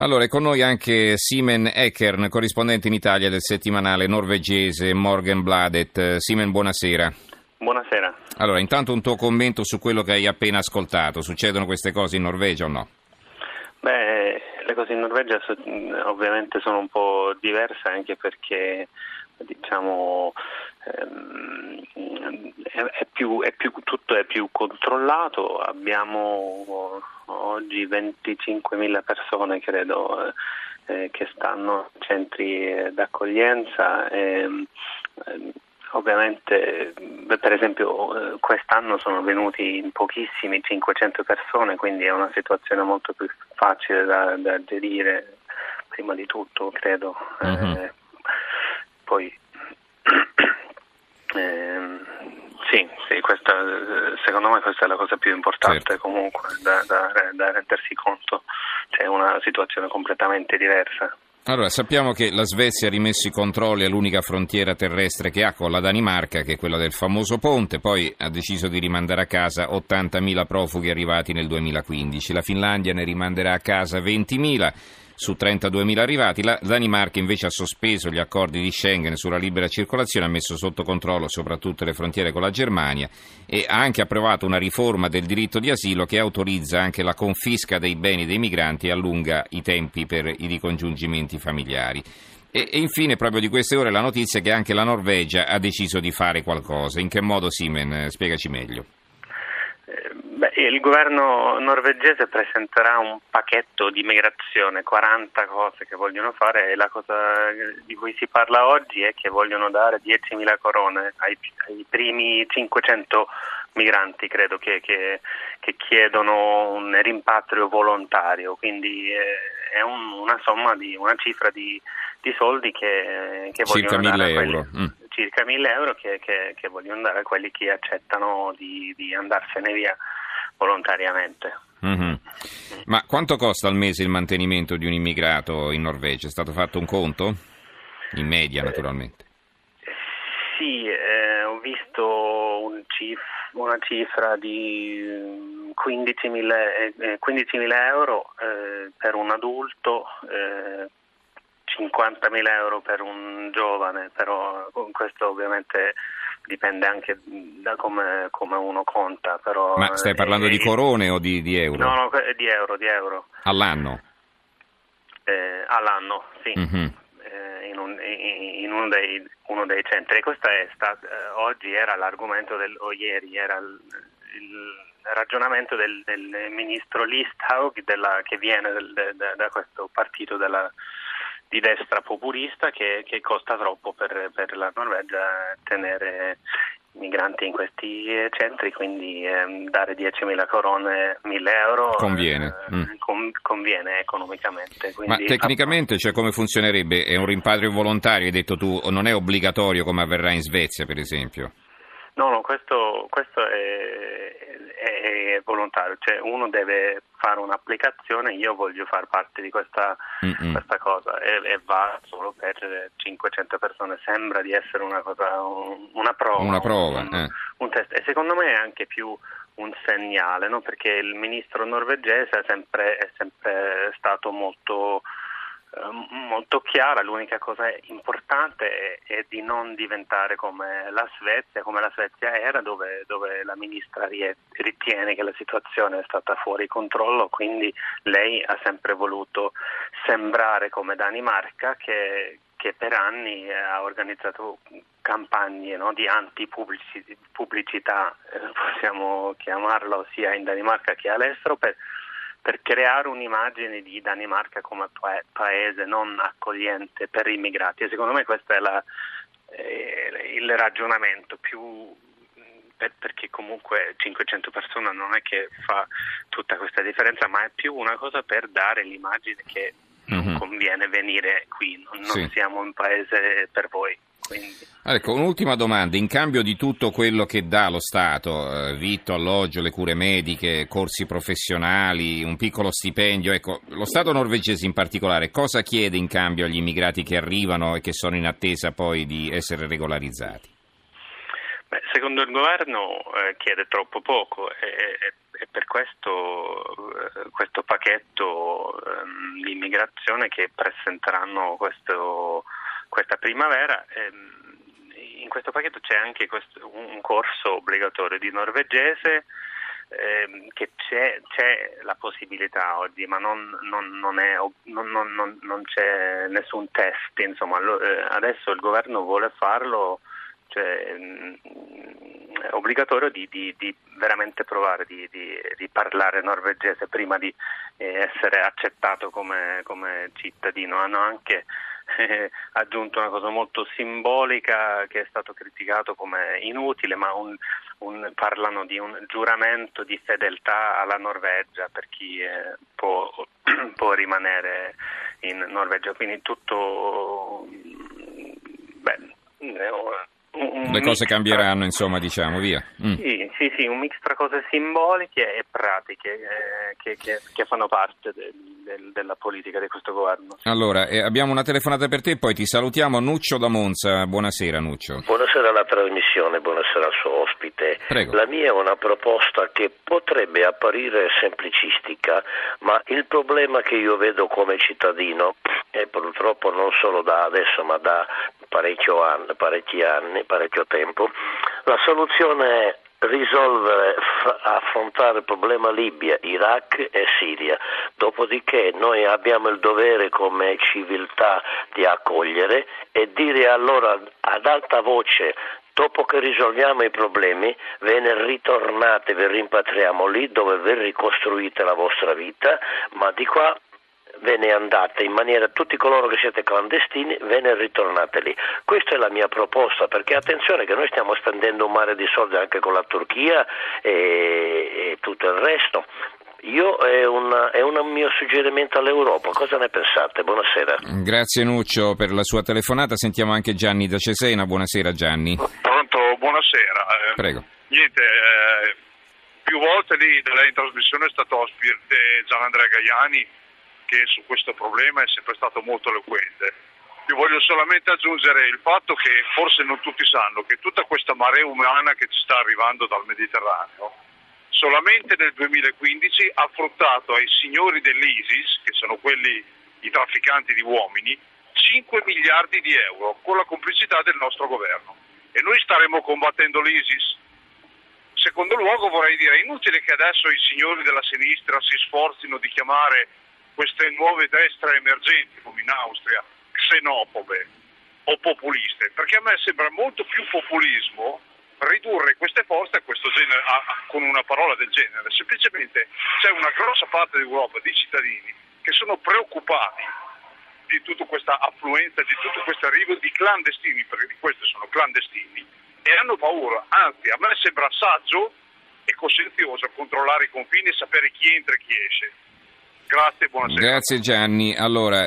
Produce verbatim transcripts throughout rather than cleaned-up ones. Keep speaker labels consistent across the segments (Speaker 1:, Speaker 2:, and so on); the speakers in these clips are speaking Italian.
Speaker 1: Allora, è con noi anche Simen Ekern, corrispondente in Italia del settimanale norvegese Morgenbladet. Simen, buonasera.
Speaker 2: Buonasera.
Speaker 1: Allora, intanto un tuo commento su quello che hai appena ascoltato. Succedono queste cose in Norvegia o no?
Speaker 2: Beh, le cose in Norvegia ovviamente sono un po' diverse, anche perché diciamo ehm, è più, è più, tutto è più controllato. Abbiamo oggi venticinquemila persone, credo, eh, che stanno in centri d'accoglienza. E, eh, ovviamente, per esempio, quest'anno sono venuti in pochissimi, cinquecento persone, quindi è una situazione molto più facile da, da gestire, prima di tutto, credo. Mm-hmm. Eh, poi ehm, sì, sì, questa, secondo me questa è la cosa più importante, certo. Comunque da, da, da rendersi conto, c'è una situazione completamente diversa.
Speaker 1: Allora, sappiamo che la Svezia ha rimesso i controlli all'unica frontiera terrestre che ha con la Danimarca, che è quella del famoso ponte, poi ha deciso di rimandare a casa ottantamila profughi arrivati nel duemilaquindici, la Finlandia ne rimanderà a casa ventimila su trentaduemila arrivati, la Danimarca invece ha sospeso gli accordi di Schengen sulla libera circolazione, ha messo sotto controllo soprattutto le frontiere con la Germania e ha anche approvato una riforma del diritto di asilo che autorizza anche la confisca dei beni dei migranti e allunga i tempi per i ricongiungimenti familiari. E, e infine, proprio di queste ore, la notizia è che anche la Norvegia ha deciso di fare qualcosa. In che modo, Simen? Spiegaci meglio.
Speaker 2: Beh, il governo norvegese presenterà un pacchetto di migrazione, quaranta cose che vogliono fare, e la cosa di cui si parla oggi è che vogliono dare diecimila corone ai, ai primi cinquecento migranti, credo, che, che, che chiedono un rimpatrio volontario, quindi è, è un, una somma di una cifra di, di soldi che, che vogliono
Speaker 1: circa
Speaker 2: dare
Speaker 1: mille
Speaker 2: a quelli,
Speaker 1: euro. Mm.
Speaker 2: circa mille euro che, che, che vogliono dare a quelli che accettano di, di andarsene via volontariamente.
Speaker 1: Mm-hmm. Ma quanto costa al mese il mantenimento di un immigrato in Norvegia? È stato fatto un conto? In media, naturalmente.
Speaker 2: Eh, sì, eh, ho visto un cif- una cifra di quindicimila euro eh, per un adulto, eh, cinquantamila euro per un giovane, però questo ovviamente dipende anche da come, come uno conta. Però,
Speaker 1: ma stai parlando eh, di corone o di, di euro?
Speaker 2: No, no, di euro, di euro.
Speaker 1: All'anno?
Speaker 2: Eh, all'anno, sì. Mm-hmm. Eh, in, un, in, in uno, dei, uno dei centri. E questo è stato, eh, oggi era l'argomento del, o ieri era il, il ragionamento del, del ministro Listhaug, della, che viene del, de, de, da questo partito della di destra populista, che, che costa troppo per, per la Norvegia tenere migranti in questi centri, quindi eh, dare diecimila corone, mille euro
Speaker 1: conviene,
Speaker 2: eh, mm. con, conviene economicamente. Quindi
Speaker 1: ma tecnicamente, cioè, come funzionerebbe? È un rimpatrio volontario, hai detto tu, o non è obbligatorio come avverrà in Svezia, per esempio?
Speaker 2: No, no, questo, questo è, è, è volontario, cioè uno deve fare un'applicazione, io voglio far parte di questa, questa cosa e, e va solo per cinquecento persone, sembra di essere una cosa, una prova,
Speaker 1: una prova
Speaker 2: un,
Speaker 1: eh.
Speaker 2: un test, e secondo me è anche più un segnale, no? Perché il ministro norvegese è sempre, è sempre stato molto molto chiara. L'unica cosa importante è, è di non diventare come la Svezia, come la Svezia era, dove, dove la ministra ritiene che la situazione è stata fuori controllo, quindi lei ha sempre voluto sembrare come Danimarca, che, che per anni ha organizzato campagne, no, di antipubblicità, eh, possiamo chiamarlo, sia in Danimarca che all'estero, per per creare un'immagine di Danimarca come pa- paese non accogliente per immigrati. E secondo me questo è la, eh, il ragionamento più, per, perché comunque cinquecento persone non è che fa tutta questa differenza, ma è più una cosa per dare l'immagine che non mm-hmm. conviene venire qui, non, non sì. siamo un paese per voi. Quindi.
Speaker 1: Ecco, un'ultima domanda: in cambio di tutto quello che dà lo Stato, eh, vitto, alloggio, le cure mediche, corsi professionali, un piccolo stipendio, ecco, lo Stato norvegese in particolare cosa chiede in cambio agli immigrati che arrivano e che sono in attesa poi di essere regolarizzati?
Speaker 2: Beh, secondo il governo eh, chiede troppo poco e, e, e per questo eh, questo pacchetto ehm, di immigrazione che presenteranno questo, questa primavera. Ehm, in questo pacchetto c'è anche questo, un corso obbligatorio di norvegese, ehm, che c'è, c'è la possibilità oggi, ma non, non, non, è, non, non, non c'è nessun test, insomma. Adesso il governo vuole farlo, cioè è obbligatorio di, di, di veramente provare di, di, di parlare norvegese prima di eh, essere accettato come, come cittadino. Hanno anche eh, aggiunto una cosa molto simbolica che è stato criticato come inutile, ma un, un, parlano di un giuramento di fedeltà alla Norvegia per chi eh, può, può rimanere in Norvegia, quindi tutto beh,
Speaker 1: le cose cambieranno, insomma, diciamo, via. Mm.
Speaker 2: Sì, sì, sì, un mix tra cose simboliche e pratiche eh, che, che, che fanno parte de, de, della politica di questo governo.
Speaker 1: Allora, eh, abbiamo una telefonata per te, poi ti salutiamo. Nuccio da Monza, buonasera Nuccio.
Speaker 3: Buonasera alla trasmissione, buonasera al suo ospite.
Speaker 1: Prego.
Speaker 3: La mia è una proposta che potrebbe apparire semplicistica, ma il problema che io vedo come cittadino, e purtroppo non solo da adesso ma da parecchio anni, parecchi anni, parecchio tempo, la soluzione è risolvere, affrontare il problema Libia, Iraq e Siria. Dopodiché noi abbiamo il dovere come civiltà di accogliere e dire allora ad alta voce: dopo che risolviamo i problemi, ve ne ritornate, vi rimpatriamo lì dove vi ricostruite la vostra vita, ma di qua ve ne andate in maniera, tutti coloro che siete clandestini ve ne ritornate lì. Questa è la mia proposta, perché attenzione che noi stiamo spendendo un mare di soldi anche con la Turchia e, e tutto il resto. Io è, una, è un mio suggerimento all'Europa, cosa ne pensate? Buonasera.
Speaker 1: Grazie Nuccio per la sua telefonata, sentiamo anche Gianni da Cesena. Buonasera Gianni.
Speaker 4: Pronto, buonasera. Eh,
Speaker 1: Prego.
Speaker 4: Niente, eh, più volte lì nella trasmissione è stato ospite Gianandrea Gaiani, che su questo problema è sempre stato molto eloquente. Io voglio solamente aggiungere il fatto che forse non tutti sanno che tutta questa marea umana che ci sta arrivando dal Mediterraneo solamente nel duemilaquindici ha fruttato ai signori dell'ISIS, che sono quelli i trafficanti di uomini, cinque miliardi di euro con la complicità del nostro governo. E noi staremo combattendo l'ISIS? Secondo luogo vorrei dire, è inutile che adesso i signori della sinistra si sforzino di chiamare queste nuove destre emergenti, come in Austria, xenofobe o populiste, perché a me sembra molto più populismo ridurre queste forze a questo genere, a, a, con una parola del genere. Semplicemente c'è una grossa parte d'Europa, di cittadini, che sono preoccupati di tutta questa affluenza, di tutto questo arrivo di clandestini, perché di questi sono clandestini, e hanno paura. Anzi, a me sembra saggio e coscienzioso controllare i confini e sapere chi entra e chi esce. Grazie, buonasera.
Speaker 1: Grazie Gianni. Allora,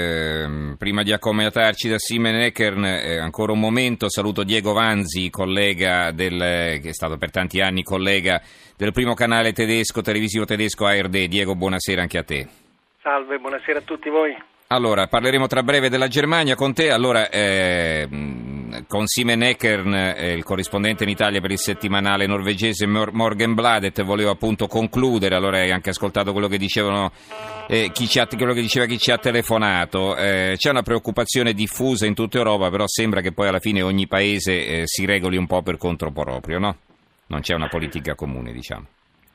Speaker 1: ehm, prima di accomodarci da Simen Ekern, eh, ancora un momento, saluto Diego Vanzi, collega del, che è stato per tanti anni collega del primo canale tedesco, televisivo tedesco A R D. Diego, buonasera anche a te.
Speaker 5: Salve, buonasera a tutti voi.
Speaker 1: Allora, parleremo tra breve della Germania con te. Allora, eh, con Simen Ekern, eh, il corrispondente in Italia per il settimanale norvegese Morgenbladet, volevo appunto concludere. Allora, hai anche ascoltato quello che dicevano eh, chi ci ha, quello che diceva chi ci ha telefonato. Eh, c'è una preoccupazione diffusa in tutta Europa, però sembra che poi alla fine ogni paese eh, si regoli un po' per conto proprio, no? Non c'è una politica comune, diciamo.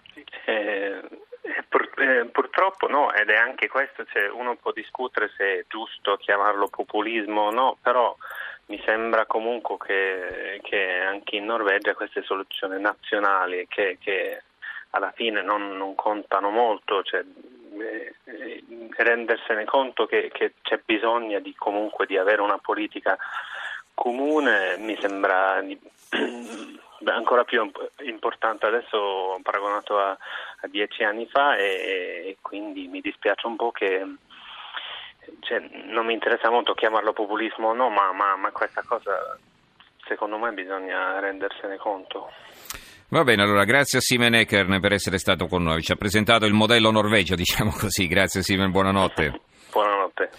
Speaker 2: Eh, purtroppo no, ed è anche questo, cioè, uno può discutere se è giusto chiamarlo populismo o no, però mi sembra comunque che, che anche in Norvegia queste soluzioni nazionali che, che alla fine non, non contano molto, cioè, eh, eh, rendersene conto che, che c'è bisogno di comunque di avere una politica comune mi sembra di, ancora più importante adesso paragonato a, a dieci anni fa e, e quindi mi dispiace un po' che cioè, non mi interessa molto chiamarlo populismo o no, ma, ma, ma questa cosa secondo me bisogna rendersene conto.
Speaker 1: Va bene, allora grazie a Simen Ekern per essere stato con noi, ci ha presentato il modello Norvegia, diciamo così. Grazie Simen, buonanotte.
Speaker 2: Buonanotte.